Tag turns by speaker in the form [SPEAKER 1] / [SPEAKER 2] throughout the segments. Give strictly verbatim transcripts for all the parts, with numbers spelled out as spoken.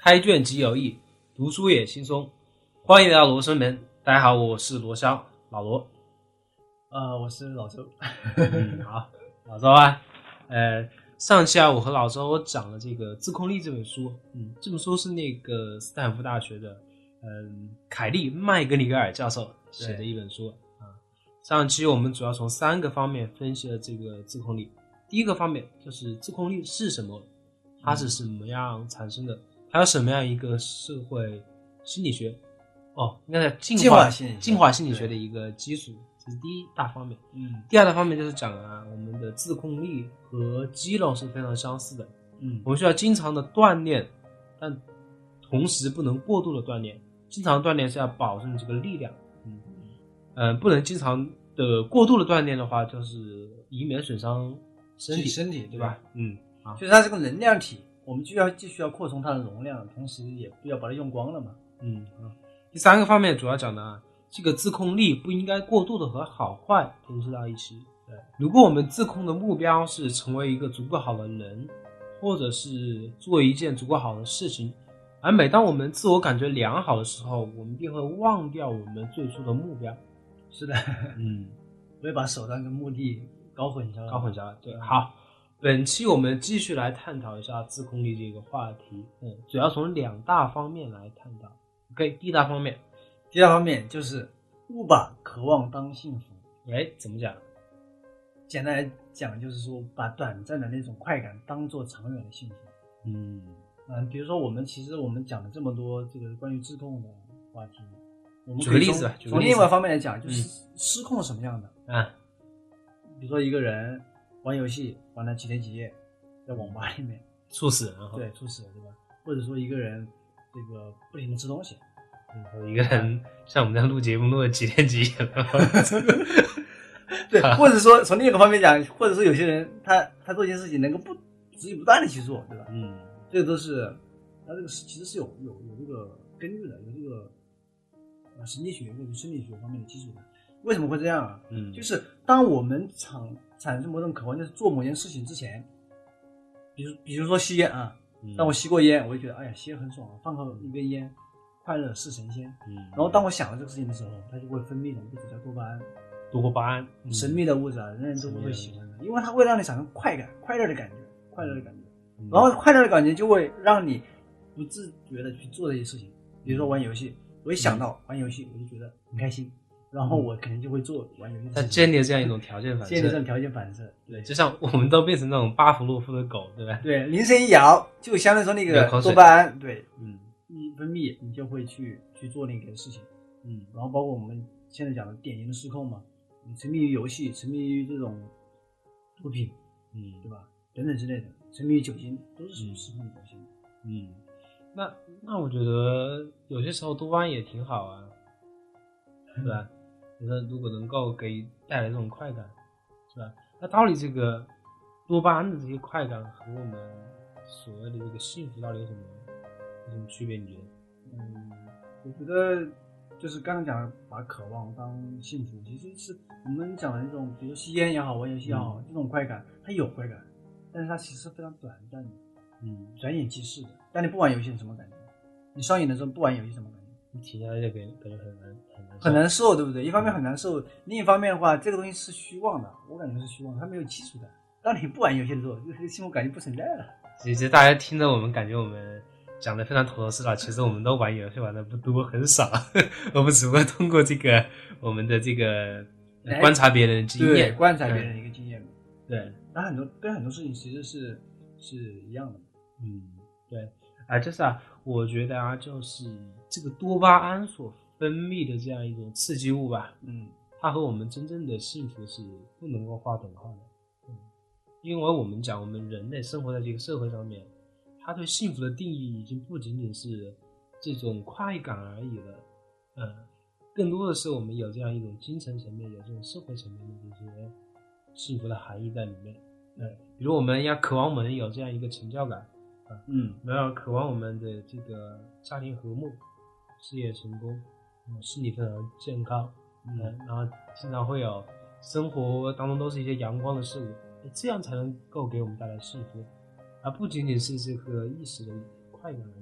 [SPEAKER 1] 开卷即有益，读书也轻松。欢迎来到罗生门，大家好，我是罗霄，老罗。
[SPEAKER 2] 呃，我是老周。
[SPEAKER 1] 嗯，好，老周啊，呃，上期啊，我和老周讲了这个《自控力》这本书，嗯，这本书是那个斯坦福大学的，嗯，凯利麦格里格尔教授写的一本书啊。上期我们主要从三个方面分析了这个自控力。第一个方面就是自控力是什么，它是什么样产生的，它有什么样一个社会心理学，哦，应该是进化
[SPEAKER 2] 心理学
[SPEAKER 1] 进化心理学的一个基础，这是第一大方面。
[SPEAKER 2] 嗯，
[SPEAKER 1] 第二大方面就是讲啊，我们的自控力和肌肉是非常相似的。
[SPEAKER 2] 嗯，
[SPEAKER 1] 我们需要经常的锻炼，但同时不能过度的锻炼。经常锻炼是要保证这个力量，嗯，呃，不能经常的过度的锻炼的话，就是以免损伤身体，
[SPEAKER 2] 身体
[SPEAKER 1] 对吧？嗯，好，
[SPEAKER 2] 就是它是个能量体，我们就要继续要扩充它的容量，同时也不要把它用光了嘛。
[SPEAKER 1] 嗯，好。第三个方面主要讲的啊，这个自控力不应该过度的和好坏同时到一起。对，如果我们自控的目标是成为一个足够好的人，或者是做一件足够好的事情，而每当我们自我感觉良好的时候，我们便会忘掉我们最初的目标。
[SPEAKER 2] 是的，
[SPEAKER 1] 嗯，
[SPEAKER 2] 不会把手段跟目的搞混淆了。
[SPEAKER 1] 搞混淆了。对，好，本期我们继续来探讨一下自控力这个话题。嗯，主要从两大方面来探讨。OK， 第一大方面，
[SPEAKER 2] 第二方面就是勿把渴望当幸福。
[SPEAKER 1] 哎，怎么讲？
[SPEAKER 2] 简单来讲，就是说把短暂的那种快感当做长远的幸福。
[SPEAKER 1] 嗯
[SPEAKER 2] 嗯，比如说我们其实我们讲了这么多这个关于自控的话题，我们
[SPEAKER 1] 举个例子吧，举个例子
[SPEAKER 2] 从另外一方面来讲，就是失控什么样的、
[SPEAKER 1] 嗯、啊？
[SPEAKER 2] 比如说一个人玩游戏玩了几天几夜，在网吧里面
[SPEAKER 1] 猝死，然后
[SPEAKER 2] 对猝死了，对吧？或者说一个人这个不停的吃东西，
[SPEAKER 1] 然后一个人像我们这样录节目录了几天几夜了，
[SPEAKER 2] 对，或者说从另一个方面讲，或者说有些人他他做一件事情能够不持续不断的去做，对吧？
[SPEAKER 1] 嗯，
[SPEAKER 2] 这个都是他这个其实是有有有这个根据的，有这个呃神经学或者生理学方面的基础的。为什么会这样啊？
[SPEAKER 1] 嗯，
[SPEAKER 2] 就是当我们产产生某种渴望，就是做某件事情之前，比如比如说吸烟啊，
[SPEAKER 1] 嗯、
[SPEAKER 2] 当我吸过烟，我就觉得哎呀吸烟很爽，放个一根烟，快乐是神仙。
[SPEAKER 1] 嗯，
[SPEAKER 2] 然后当我想了这个事情的时候，它就会分泌一种物质叫多巴胺。
[SPEAKER 1] 多巴胺，
[SPEAKER 2] 嗯、神秘的物质啊，人人都不会喜欢的，因为它会让你产生快感、快乐的感觉、快乐的感觉。
[SPEAKER 1] 嗯、
[SPEAKER 2] 然后快乐的感觉就会让你不自觉的去做这些事情，比如说玩游戏，我一想到玩游戏，我就觉得很开心。然后我肯定就会做玩游戏，
[SPEAKER 1] 它建立这样一种条件反射，
[SPEAKER 2] 建立这种条件反射，
[SPEAKER 1] 对，就像我们都变成那种巴甫洛夫的狗，对吧？
[SPEAKER 2] 对，铃声一摇，就相当于说那个多巴胺，对，
[SPEAKER 1] 嗯，
[SPEAKER 2] 一分泌，你就会去去做那个事情，
[SPEAKER 1] 嗯，
[SPEAKER 2] 然后包括我们现在讲的典型的失控嘛，你沉迷于游戏，沉迷于这种毒品，
[SPEAKER 1] 嗯，
[SPEAKER 2] 对吧？等等之类的，沉迷于酒精，都是属于失控的表现。
[SPEAKER 1] 嗯，那那我觉得有些时候多巴胺也挺好啊，对吧？觉得如果能够给带来这种快感，是吧？那到底这个多巴胺的这些快感和我们所谓的这个幸福到底有什么有什么区别？你觉得？
[SPEAKER 2] 嗯，我觉得就是刚刚讲的把渴望当幸福，其实是我们讲的那种，比如吸烟也好，玩游戏也好，嗯、这种快感它有快感，但是它其实是非常短暂的，
[SPEAKER 1] 嗯，
[SPEAKER 2] 转眼即逝的。但你不玩游戏是什么感觉？你上瘾的时候不玩游戏什么感觉？
[SPEAKER 1] 你停下来就感感觉很难很难受，
[SPEAKER 2] 很难受，对不对？一方面很难受，另一方面的话，这个东西是虚妄的，我感觉是虚妄的，它没有基础的。当你不玩游戏的时候，这个幸福感就不存在了。
[SPEAKER 1] 其实大家听着我们感觉我们讲的非常头头是道，其实我们都玩游戏玩的不多，很少。我们只不过通过这个我们的这个观察别人的经验，
[SPEAKER 2] 观察别人的一个经验。
[SPEAKER 1] 对，
[SPEAKER 2] 那很多跟很多事情其实是是一样的。
[SPEAKER 1] 嗯，对。啊，就是啊，我觉得啊，就是这个多巴胺所分泌的这样一种刺激物吧，
[SPEAKER 2] 嗯，
[SPEAKER 1] 它和我们真正的幸福是不能够划等号的。嗯，因为我们讲我们人类生活在这个社会上面，他对幸福的定义已经不仅仅是这种快感而已了，嗯，更多的是我们有这样一种精神层面，有这种社会层面的这些幸福的含义在里面。对，比如我们要渴望我们有这样一个成就感，啊，
[SPEAKER 2] 嗯，
[SPEAKER 1] 我们要渴望我们的这个家庭和睦、事业成功、嗯、身体非常健康，嗯，然后经常会有生活当中都是一些阳光的事物，这样才能够给我们带来幸福，而不仅仅是这个一时的快感而已。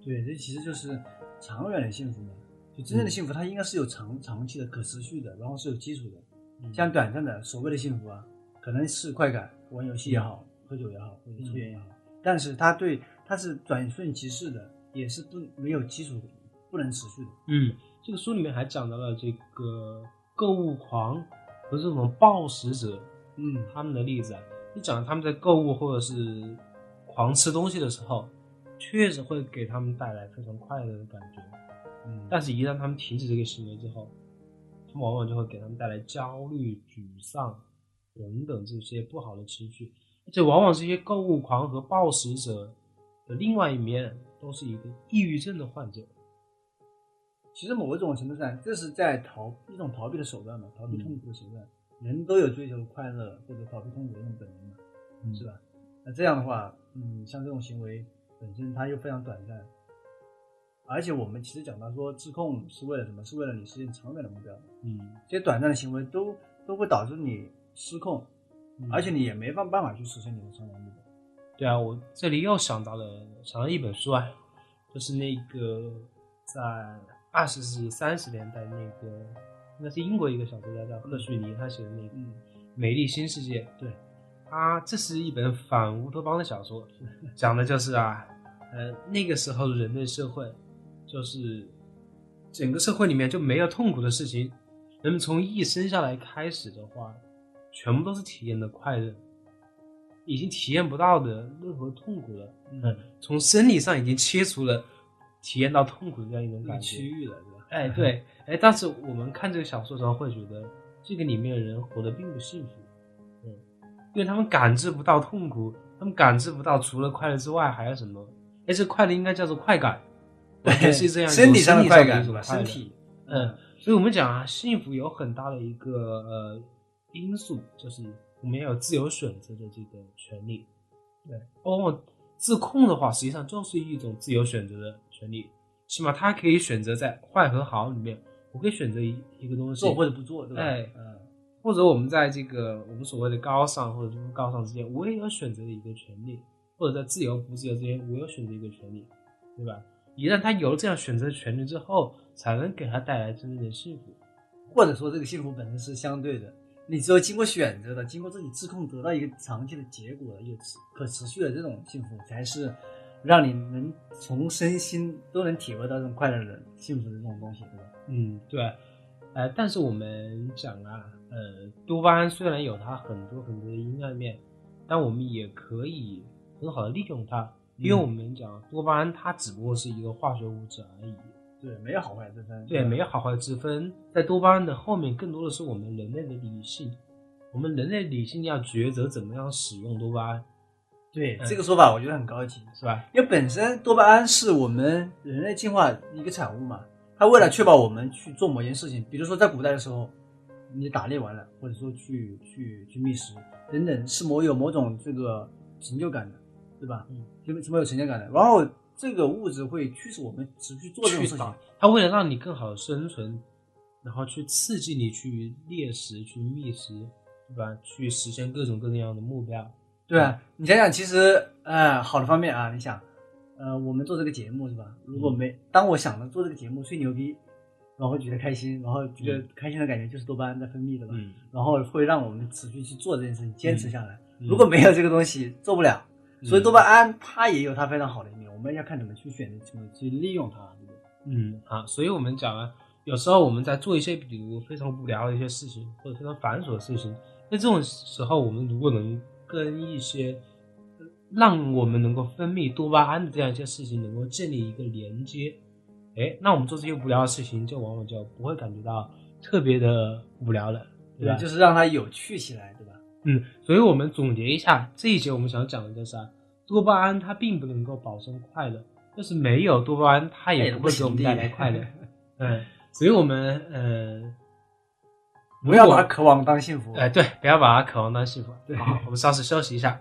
[SPEAKER 2] 对，这其实就是长远的幸福嘛。就真正的幸福，它应该是有长长期的、可持续的，然后是有基础的。
[SPEAKER 1] 嗯
[SPEAKER 2] 像短暂的所谓的幸福啊，可能是快感，玩游戏也好，喝酒也好，或者抽烟也好，但是它对它是转瞬即逝的，也是不没有基础的，不能持续的。
[SPEAKER 1] 嗯，这个书里面还讲到了这个购物狂和这种暴食者，
[SPEAKER 2] 嗯，
[SPEAKER 1] 他们的例子啊，你讲他们在购物或者是狂吃东西的时候，确实会给他们带来非常快乐的感觉。
[SPEAKER 2] 嗯，
[SPEAKER 1] 但是，一旦他们停止这个行为之后，他们往往就会给他们带来焦虑、沮丧等等这些不好的情绪。而且，往往这些购物狂和暴食者的另外一面，都是一个抑郁症的患者。
[SPEAKER 2] 其实某种程度上，这是在逃一种逃避的手段嘛，逃避痛苦的手段。嗯、人都有追求快乐或者逃避痛苦的一种本能嘛，嗯、是吧？那这样的话，嗯，像这种行为本身它又非常短暂。而且我们其实讲到说，自控是为了什么？是为了你实现长远的目标。
[SPEAKER 1] 嗯，
[SPEAKER 2] 这些短暂的行为都都会导致你失控，嗯、而且你也没办办法去实现你的长远目标。
[SPEAKER 1] 对啊，我这里又想到了想到一本书啊，就是那个在二十世纪三十年代那个，应该是英国一个小说家叫赫胥黎，他写的那个《美丽新世界》。
[SPEAKER 2] 对，
[SPEAKER 1] 他这是一本反乌托邦的小说，讲的就是啊，呃，那个时候的人类社会。就是整个社会里面就没有痛苦的事情，人们从一生下来开始的话，全部都是体验的快乐，已经体验不到的任何痛苦了。嗯，从生理上已经切除了体验到痛苦的这样一种感觉，
[SPEAKER 2] 区域了，对吧？
[SPEAKER 1] 哎，对，哎，但是我们看这个小说的时候，会觉得这个里面的人活得并不幸福，嗯，因为他们感知不到痛苦，他们感知不到除了快乐之外还有什么。哎，这快乐应该叫做快感。完全是这样一种
[SPEAKER 2] 身体上的快感，
[SPEAKER 1] 是吧？
[SPEAKER 2] 身体，
[SPEAKER 1] 嗯，所以我们讲啊，幸福有很大的一个呃因素，就是我们要有自由选择的这个权利。对，往往自控的话，实际上就是一种自由选择的权利，起码他可以选择在坏和好里面，我可以选择一一个东西
[SPEAKER 2] 做或者不做，对吧？
[SPEAKER 1] 哎，
[SPEAKER 2] 嗯，
[SPEAKER 1] 或者我们在这个我们所谓的高尚或者不高尚之间，我也有选择的一个权利，或者在自由不自由之间，我有选择一个权利，对吧？一旦他有了这样选择权利之后，才能给他带来真正的幸福。
[SPEAKER 2] 或者说这个幸福本身是相对的，你只有经过选择的，经过自己自控得到一个长期的结果的，有可持续的这种幸福，才是让你能从身心都能体会到这种快乐的幸福的这种东西，对吧？
[SPEAKER 1] 嗯，对。呃，但是我们讲啊，呃，多巴胺虽然有它很多很多的阴暗面，但我们也可以很好的利用它。因为我们讲多巴胺它只不过是一个化学物质而已，
[SPEAKER 2] 对，没有好坏之分，
[SPEAKER 1] 对，没有好坏之分。在多巴胺的后面更多的是我们人类的理性，我们人类理性要抉择怎么样使用多巴胺。
[SPEAKER 2] 对、
[SPEAKER 1] 嗯、
[SPEAKER 2] 这个说法我觉得很高级，
[SPEAKER 1] 是吧？
[SPEAKER 2] 因为本身多巴胺是我们人类进化一个产物嘛，它为了确保我们去做某件事情，比如说在古代的时候你打猎完了，或者说去去去觅食等等，是某有某种这个成就感的，对吧？嗯，是没有成就感的。然后这个物质会驱使我们持续做这种事情，
[SPEAKER 1] 它为了让你更好的生存，然后去刺激你去猎食、去觅食，对吧？去实现各种各样的目标。
[SPEAKER 2] 对啊，你想想，其实呃，好的方面啊，你想，呃，我们做这个节目是吧？如果没、嗯、当我想着做这个节目吹牛逼，然后觉得开心，然后这个开心的感觉就是多巴胺在分泌的吧？嗯，然后会让我们持续去做这件事情，坚持下来。嗯、如果没有这个东西，做不了。所以多巴胺它也有它非常好的一面，我们要看怎么去选择，怎么去利用它，对不对？
[SPEAKER 1] 嗯，好，所以我们讲啊，有时候我们在做一些比如非常无聊的一些事情，或者非常繁琐的事情，在这种时候，我们如果能跟一些让我们能够分泌多巴胺的这样一些事情能够建立一个连接，哎，那我们做这些无聊的事情，就往往就不会感觉到特别的无聊了，对吧？
[SPEAKER 2] 对，就是让它有趣起来，对吧？
[SPEAKER 1] 嗯，所以我们总结一下这一节我们想讲的就是啊，多巴胺它并不能够保证快乐，但是没有多巴胺它也不会给我们带来快乐。嗯，所以我们呃
[SPEAKER 2] 不要把渴望当幸福。
[SPEAKER 1] 哎、呃，对，不要把渴望当幸福。对，好，我们稍事休息一下。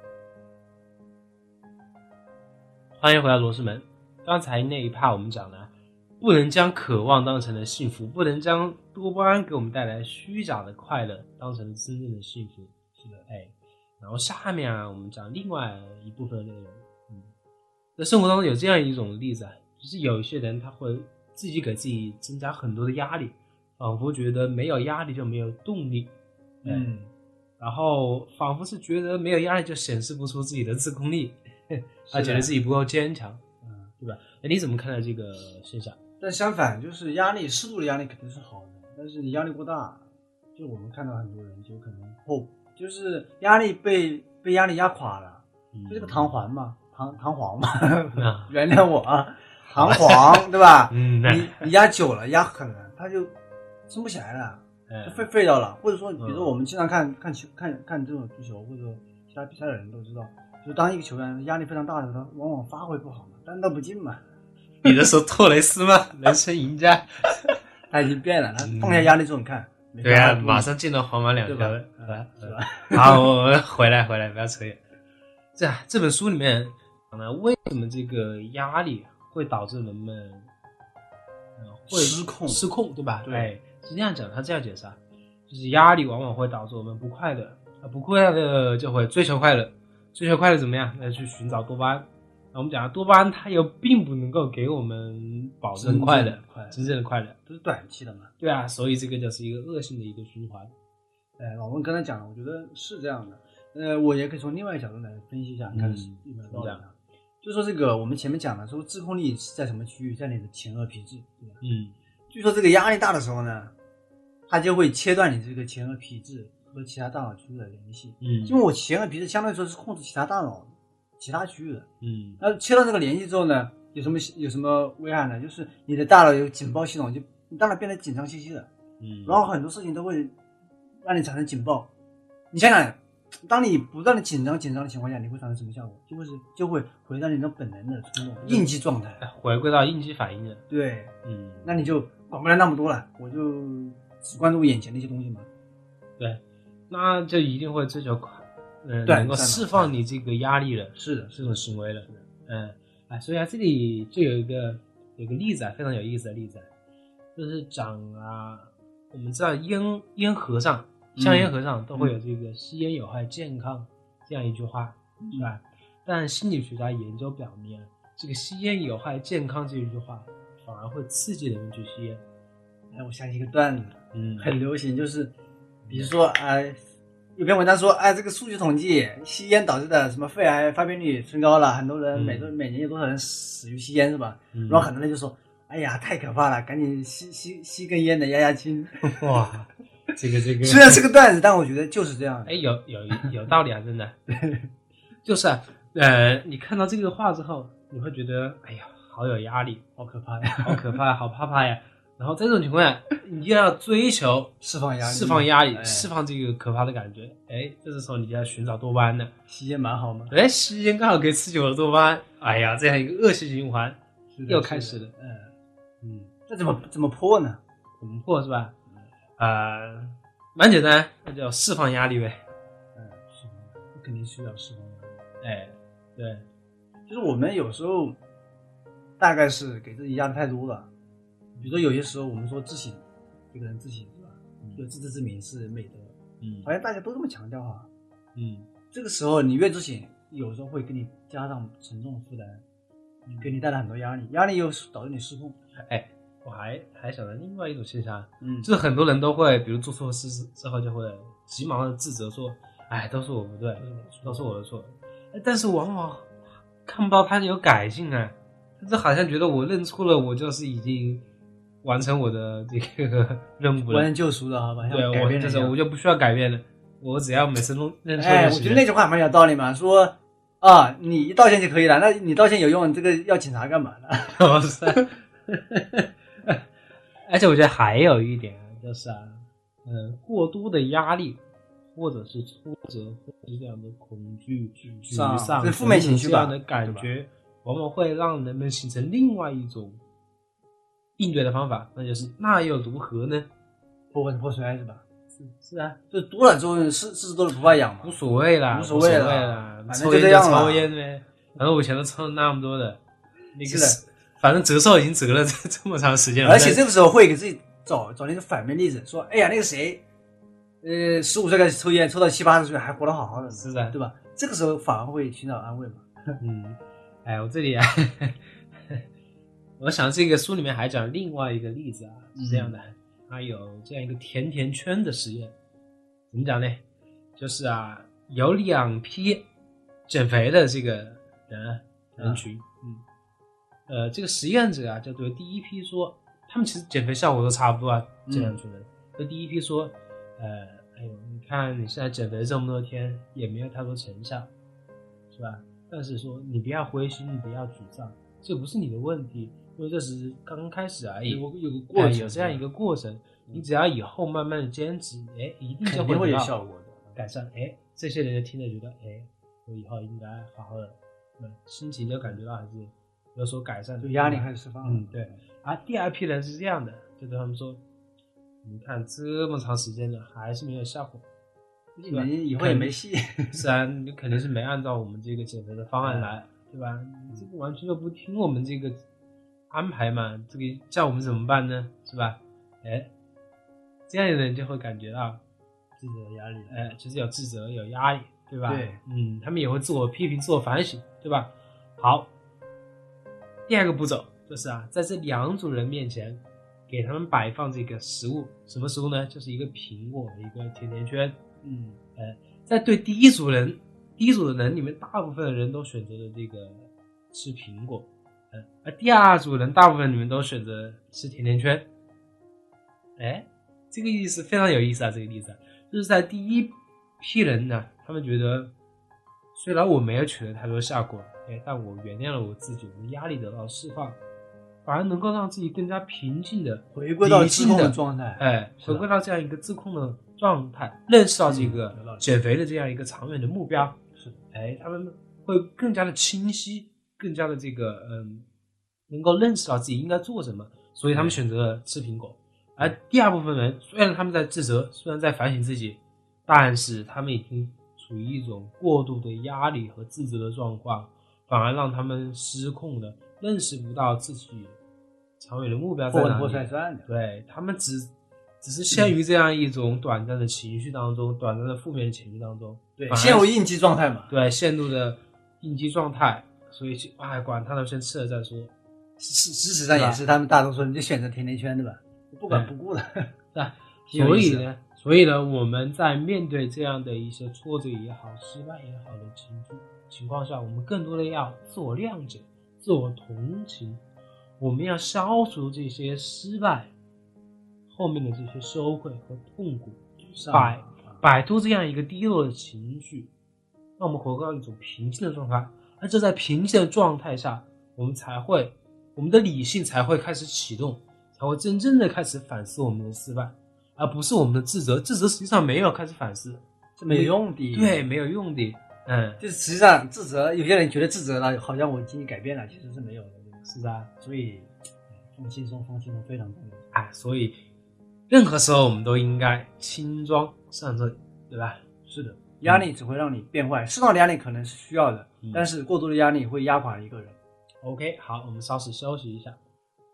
[SPEAKER 1] 欢迎回来罗生门。刚才那一趴我们讲了，不能将渴望当成了幸福，不能将多巴胺给我们带来虚假的快乐当成了真正的幸福。是的，哎，然后下面啊，我们讲另外一部分的内容。嗯， 在生活当中有这样一种例子啊，就是有一些人他会自己给自己增加很多的压力，仿佛觉得没有压力就没有动力，嗯，然后仿佛是觉得没有压力就显示不出自己的自控力，他觉得自己不够坚强，嗯，对吧？那你怎么看待这个现象？
[SPEAKER 2] 但相反，就是压力适度的压力肯定是好的，但是你压力过大，就我们看到很多人就可能后就是压力被被压力压垮了，嗯、就这个弹簧嘛。弹弹簧嘛，啊、原谅我啊，弹簧对吧？嗯，你你压久了，压狠了，它就撑不起来了，就废废掉了。或者说，比如说我们经常看看球、看看这种足球，或者说其他比赛的人都知道，就当一个球员压力非常大的时候，他往往发挥不好嘛，单刀不进嘛。
[SPEAKER 1] 你的说托雷斯吗？人生赢家，
[SPEAKER 2] 他已经变了，他放下压力之后，你看，
[SPEAKER 1] 嗯、对啊，马上进了皇马两球了，
[SPEAKER 2] 是吧？是吧？
[SPEAKER 1] 好，我们回来回来，不要扯远。这这本书里面。为什么这个压力会导致人们、呃、会
[SPEAKER 2] 失控
[SPEAKER 1] 失控对吧？
[SPEAKER 2] 对，
[SPEAKER 1] 哎，是这样讲，他这样解释啊，就是压力往往会导致我们不快乐，不快乐就会追求快乐，追求快乐怎么样？那去寻找多巴胺。那我们讲多巴胺，它又并不能够给我们保证快乐，真正的快乐
[SPEAKER 2] 都是短期的嘛。
[SPEAKER 1] 对啊，所以这个就是一个恶性的一个循环。
[SPEAKER 2] 哎，老温刚才讲了，我觉得是这样的。呃，我也可以从另外一个角度来分析一下，你看是有没有道理啊？就说这个，我们前面讲了，说自控力是在什么区域，在你的前额皮质，对吧？
[SPEAKER 1] 嗯。
[SPEAKER 2] 据说这个压力大的时候呢，它就会切断你这个前额皮质和其他大脑区域的联系。嗯。因为我前额皮质相对来说是控制其他大脑、其他区域的。嗯。那切断这个联系之后呢，有什么有什么危害呢？就是你的大脑有警报系统，就你大脑变得紧张兮兮的。嗯。然后很多事情都会让你产生警报。你想想。当你不断的紧张紧张的情况下，你会产生什么效果？就会是就会回到你那种本能的冲动应激状态，
[SPEAKER 1] 回归到应激反应了。
[SPEAKER 2] 对，嗯，那你就管不了那么多了，我就只关注眼前的一些东西嘛。
[SPEAKER 1] 对，那就一定会追求快，嗯，能够释放你这个压力了。
[SPEAKER 2] 是的，
[SPEAKER 1] 这种行为了。嗯，哎，所以啊，这里就有一个有一个例子啊，非常有意思的例子，就是讲啊，我们知道烟烟和尚。香烟和尚都会有这个吸烟有害健康这样一句话，是吧？但心理学家研究表明，这个吸烟有害健康这一句话反而会刺激人们去吸烟。
[SPEAKER 2] 哎，我想起一个段子，嗯，很流行，就是比如说，哎、呃，有篇文章说，哎，这个数据统计，吸烟导致的什么肺癌发病率升高了，很多人每周、嗯、每年有多少人死于吸烟，是吧？嗯、然后很多人就说，哎呀，太可怕了，赶紧吸吸吸根烟的压压惊。
[SPEAKER 1] 哇！这个这个
[SPEAKER 2] 虽然是个段子，但我觉得就是这样。
[SPEAKER 1] 哎，有有有道理啊，真的。就是啊，呃，你看到这个话之后，你会觉得，哎呀，好有压力，
[SPEAKER 2] 好可怕呀，
[SPEAKER 1] 好可怕，好怕怕呀。然后在这种情况下，你就要追求
[SPEAKER 2] 释放压力，
[SPEAKER 1] 释放压力，哎、释放这个可怕的感觉。哎，这时候你就要寻找多巴胺了。
[SPEAKER 2] 吸烟蛮好吗？
[SPEAKER 1] 哎，吸烟刚好可以刺激我的多巴胺。哎呀，这样一个恶性循环又开始了。
[SPEAKER 2] 嗯嗯，这怎么怎么破呢？
[SPEAKER 1] 怎么破是吧？呃，蛮简单，那叫释放压力呗。
[SPEAKER 2] 嗯，释放，肯定是要释放压力。
[SPEAKER 1] 哎，对，
[SPEAKER 2] 就是我们有时候大概是给自己压力太多了。比如说有些时候我们说自省，一个人自省是吧？嗯，就自知之明是美德。嗯，好像大家都这么强调哈。嗯，这个时候你越自省，有时候会给你加上沉重的负担，给你带来很多压力，压力又导致你失控。
[SPEAKER 1] 哎。我还还想到另外一种现象，嗯，就是很多人都会，比如做错事之后就会急忙的自责说，哎，都是我不对，都是我的错。但是往往看不到他有改进啊，他就好像觉得我认错了，我就是已经完成我的这个任务了，
[SPEAKER 2] 完成救赎了，好吧？
[SPEAKER 1] 对，我就是我就不需要改变了，我只要每次都认错。
[SPEAKER 2] 哎，我觉得那句话蛮有道理嘛，说啊，你一道歉就可以了，那你道歉有用，这个要警察干嘛呢？
[SPEAKER 1] 哦，是啊。而且我觉得还有一点就是啊，嗯，过多的压力，或者是挫折，或者是这样的恐惧、沮丧、
[SPEAKER 2] 负面情绪
[SPEAKER 1] 这样的感觉，往往会让人们形成另外一种应对的方法，那就是那又如何呢？
[SPEAKER 2] 破罐子破摔是吧？
[SPEAKER 1] 是是啊，
[SPEAKER 2] 就多了之后，事事多了不怕痒嘛，
[SPEAKER 1] 无所谓啦，
[SPEAKER 2] 无所谓
[SPEAKER 1] 啦，
[SPEAKER 2] 反正就这样
[SPEAKER 1] 了，抽烟呗，反正我以前都抽那么多的，那个是。反正折寿已经折了这么长时间了，
[SPEAKER 2] 而且这个时候会给自己找找那个反面例子，说，哎呀，那个谁，呃，十五岁开始抽烟，抽到七八十岁还活得好好的，
[SPEAKER 1] 是的，
[SPEAKER 2] 对吧？这个时候反而会寻找安慰嘛。
[SPEAKER 1] 嗯， 哎，我这里啊，我想这个书里面还讲另外一个例子啊，是这样的，它有这样一个甜甜圈的实验，怎么讲呢？就是啊，有两批减肥的这个人人群，嗯，呃，这个实验者啊，就对第一批说，他们其实减肥效果都差不多啊，这两群人，就第一批说，呃，哎呦，你看你现在减肥这么多天，也没有太多成效，是吧？但是说你不要灰心，你不要沮丧，这不是你的问题，因为这是刚刚开始而已，
[SPEAKER 2] 有有个过程、
[SPEAKER 1] 哎，有这样一个过程，你只要以后慢慢的坚持，哎，一定就
[SPEAKER 2] 肯定会
[SPEAKER 1] 会得到
[SPEAKER 2] 有效果的
[SPEAKER 1] 改善。哎，这些人就听着觉得，哎，我以后应该好好的，嗯，心情就感觉到还是有所改善，
[SPEAKER 2] 就压力开始释放了。
[SPEAKER 1] 嗯，对。而第二批人是这样的，就对他们说，你看这么长时间了，还是没有效果。
[SPEAKER 2] 你们以后也没戏。
[SPEAKER 1] 是啊，你肯定是没按照我们这个减肥的方案来，对吧？你这个完全就不听我们这个安排嘛，这个叫我们怎么办呢？是吧？哎，这样的人就会感觉到
[SPEAKER 2] 自责压力，
[SPEAKER 1] 哎，就是有自责有压力，对吧？
[SPEAKER 2] 对，
[SPEAKER 1] 嗯，他们也会自我批评、自我反省，对吧？好，第二个步骤就是啊，在这两组人面前给他们摆放这个食物，什么食物呢？就是一个苹果，一个甜甜圈。嗯，呃，在对第一组人，第一组的人里面，大部分的人都选择了这个吃苹果，呃，而第二组人大部分里面都选择吃甜甜圈。哎，这个意思非常有意思啊！这个例子、啊、就是在第一批人呢，他们觉得虽然我没有取得太多效果，哎，但我原谅了我自己，我的压力得到释放，反而能够让自己更加平静的
[SPEAKER 2] 回归到自控的状态，
[SPEAKER 1] 哎，回归到这样一个自控的状态，认识到这个减肥的这样一个长远的目标，
[SPEAKER 2] 是，
[SPEAKER 1] 哎，他们会更加的清晰，更加的这个嗯，能够认识到自己应该做什么，所以他们选择了吃苹果。而第二部分人虽然他们在自责，虽然在反省自己，但是他们已经处于一种过度的压力和自责的状况，反而让他们失控的认识不到自己长远的目标在哪里。对，他们只只是陷于这样一种短暂的情绪当中，短暂的负面的情绪当中，
[SPEAKER 2] 对，陷入应激状态嘛。
[SPEAKER 1] 对，陷入的应激状态，所以哎，管他的，先吃了再说。
[SPEAKER 2] 事事实上也是，他们大多数人就选择甜甜圈，对吧？不管不顾的，
[SPEAKER 1] 对吧？所以呢，所以呢，我们在面对这样的一些挫折也好、失败也好的情绪情况下，我们更多的要自我谅解、自我同情，我们要消除这些失败后面的这些羞愧和痛苦，摆摆脱这样一个低落的情绪，让我们回到一种平静的状态。而这在平静的状态下，我们才会，我们的理性才会开始启动。才会真正的开始反思我们的失败，而不是我们的自责。自责实际上没有开始反思，
[SPEAKER 2] 是没有用的。
[SPEAKER 1] 对，没有用的。嗯，
[SPEAKER 2] 就是实际上自责，有些人觉得自责了，好像我经历改变了，其实是没有的。
[SPEAKER 1] 是啊，
[SPEAKER 2] 所以放轻松，放轻松非常重要。
[SPEAKER 1] 哎，所以任何时候我们都应该轻装上阵，对吧？
[SPEAKER 2] 是的，压力只会让你变坏，适当的压力可能是需要的，嗯、但是过度的压力会压垮一个人。
[SPEAKER 1] OK， 好，我们稍事休息一下。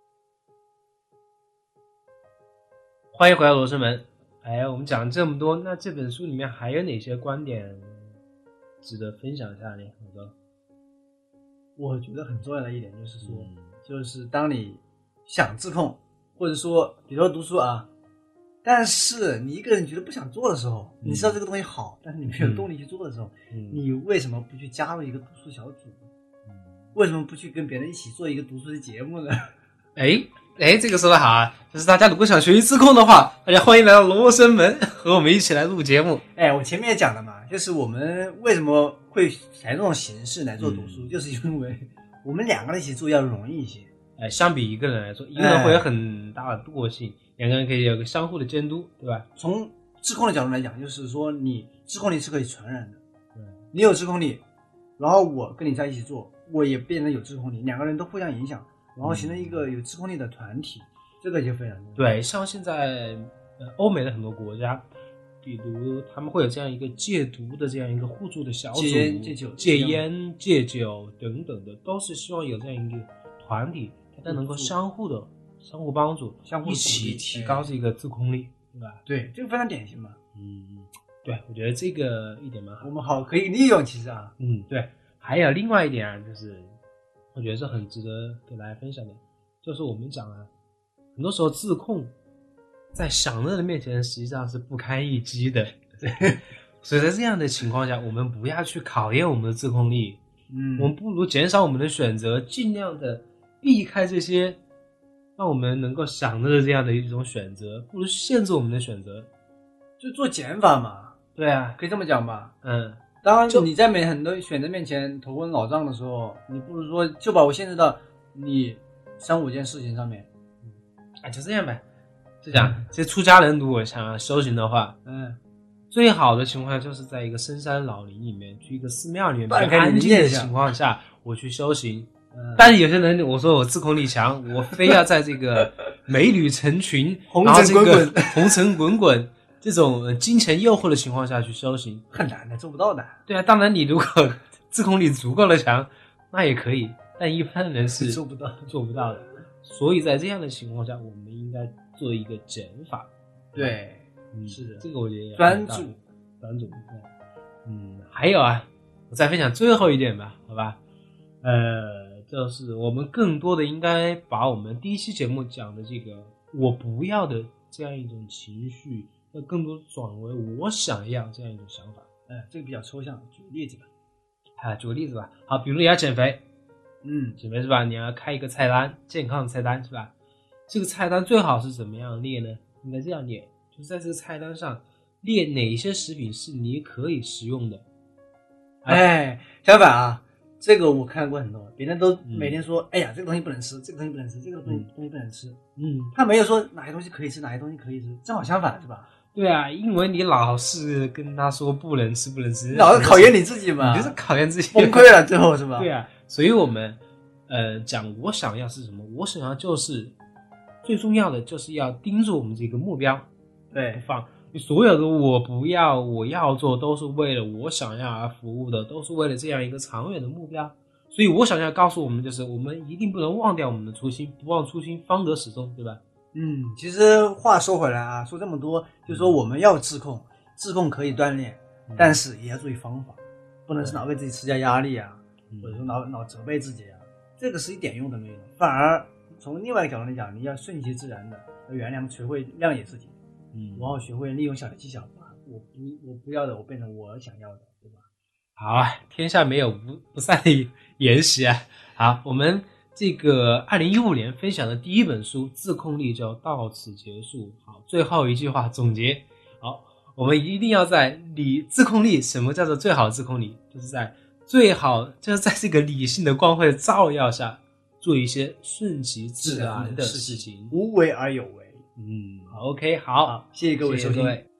[SPEAKER 1] 欢迎回到罗生门。哎，我们讲这么多，那这本书里面还有哪些观点值得分享一下呢？好的，
[SPEAKER 2] 我觉得很重要的一点就是说，嗯、就是当你想自控，或者说比如说读书啊，但是你一个人觉得不想做的时候，嗯、你知道这个东西好，但是你没有动力去做的时候，嗯、你为什么不去加入一个读书小组？嗯、为什么不去跟别人一起做一个读书的节目呢？
[SPEAKER 1] 哎。哎，这个说的好啊！就是大家如果想学习自控的话，大家欢迎来到罗生门，和我们一起来录节目。
[SPEAKER 2] 哎，我前面也讲了嘛，就是我们为什么会采用这种形式来做读书，嗯、就是因为我们两个人一起做要容易一些。
[SPEAKER 1] 哎，相比一个人来说，一个人会有很大的惰性，哎、两个人可以有个相互的监督，对吧？
[SPEAKER 2] 从自控的角度来讲，就是说你自控力是可以传染的。对，你有自控力，然后我跟你在一起做，我也变得有自控力，两个人都互相影响。然后形成一个有自控力的团体，嗯、这个就非常重要。
[SPEAKER 1] 对，像现在呃欧美的很多国家，比如他们会有这样一个戒毒的这样一个互助的小组，
[SPEAKER 2] 戒烟、戒酒、
[SPEAKER 1] 戒烟、戒酒等等的，都是希望有这样一个团体，大家能够相互的、相互帮助，
[SPEAKER 2] 相互
[SPEAKER 1] 一起提高这个自控力，对吧？
[SPEAKER 2] 对，这个非常典型嘛。
[SPEAKER 1] 嗯，对，我觉得这个一点蛮好，
[SPEAKER 2] 我们好可以利用，其实啊，
[SPEAKER 1] 嗯，对。还有另外一点啊，就是我觉得是很值得给大家分享的，就是我们讲啊，很多时候自控在享乐的面前实际上是不堪一击的。所以在这样的情况下，我们不要去考验我们的自控力，
[SPEAKER 2] 嗯，
[SPEAKER 1] 我们不如减少我们的选择，尽量的避开这些让我们能够享乐的这样的一种选择，不如限制我们的选择，
[SPEAKER 2] 就做减法嘛。
[SPEAKER 1] 对啊，
[SPEAKER 2] 可以这么讲吧。
[SPEAKER 1] 嗯，
[SPEAKER 2] 当然你在很多选择面前头昏脑胀的时候，你不如说就把我限制到你三五件事情上面。
[SPEAKER 1] 啊，就这样呗。就讲这出家人如果想要修行的话，
[SPEAKER 2] 嗯，
[SPEAKER 1] 最好的情况下就是在一个深山老林里面，去一个寺庙里面，
[SPEAKER 2] 半
[SPEAKER 1] 比较安静的情况下，我去修行。
[SPEAKER 2] 嗯，
[SPEAKER 1] 但是有些人，我说我自控力强，我非要在这个美女成群、
[SPEAKER 2] 红尘滚滚、
[SPEAKER 1] 红尘滚滚这种金钱诱惑的情况下去修行，
[SPEAKER 2] 很难的，做不到的。
[SPEAKER 1] 对啊，当然你如果自控力足够的强，那也可以，但一般人是
[SPEAKER 2] 做不到、
[SPEAKER 1] 做不到的。所以在这样的情况下，我们应该做一个减法。
[SPEAKER 2] 对，
[SPEAKER 1] 嗯，
[SPEAKER 2] 是的，
[SPEAKER 1] 这个我觉得也
[SPEAKER 2] 专注，
[SPEAKER 1] 专注。嗯，还有啊，我再分享最后一点吧，好吧？呃，就是我们更多的应该把我们第一期节目讲的这个我不要的这样一种情绪，要更多转为我想要这样一种想法。
[SPEAKER 2] 哎，这个比较抽象，举个例子吧。
[SPEAKER 1] 啊，举个例子吧。好，比如你要减肥，
[SPEAKER 2] 嗯，
[SPEAKER 1] 减肥是吧？你要开一个菜单，健康的菜单是吧？这个菜单最好是怎么样列呢？应该这样列，就是在这个菜单上列哪些食品是你可以食用的。
[SPEAKER 2] 哎，相反啊，这个我看过很多，别人都每天说，嗯、哎呀，这个东西不能吃，这个东西不能吃，这个东西、嗯、东西不能吃。嗯，他没有说哪些东西可以吃，哪些东西可以吃，正好相反，是吧？
[SPEAKER 1] 对啊，因为你老是跟他说不能吃，不能吃，
[SPEAKER 2] 老是考验你自己嘛，
[SPEAKER 1] 你就是考验自己，
[SPEAKER 2] 崩溃了最后是吧？
[SPEAKER 1] 对啊，所以我们呃讲我想要是什么，我想要就是最重要的就是要盯住我们这个目标，
[SPEAKER 2] 对，
[SPEAKER 1] 不放。你所有的我不要我要做都是为了我想要而服务的，都是为了这样一个长远的目标。所以我想要告诉我们就是我们一定不能忘掉我们的初心，不忘初心方得始终，对吧？
[SPEAKER 2] 嗯，其实话说回来啊，说这么多就是说我们要自控，自控可以锻炼，嗯、但是也要注意方法，不能是老给自己施加压力啊，嗯、或者说老老责备自己啊，这个是一点用都没有。反而从另外一个角度来讲，你要顺其自然的要原谅，学会谅解自己，嗯，然后学会利用小的技巧，把我不我不要的我变成我想要的，对吧？
[SPEAKER 1] 好啊，天下没有不不散的筵席啊。好，我们这个二零一五年分享的第一本书《自控力》就到此结束。好，最后一句话总结。好，我们一定要在理自控力，什么叫做最好的自控力？就是在最好就是在这个理性的光辉照耀下，做一些顺其自然的事情，
[SPEAKER 2] 无为而有为。
[SPEAKER 1] 嗯 ，OK， 好，
[SPEAKER 2] 好，谢谢各位收听。
[SPEAKER 1] 谢谢各位。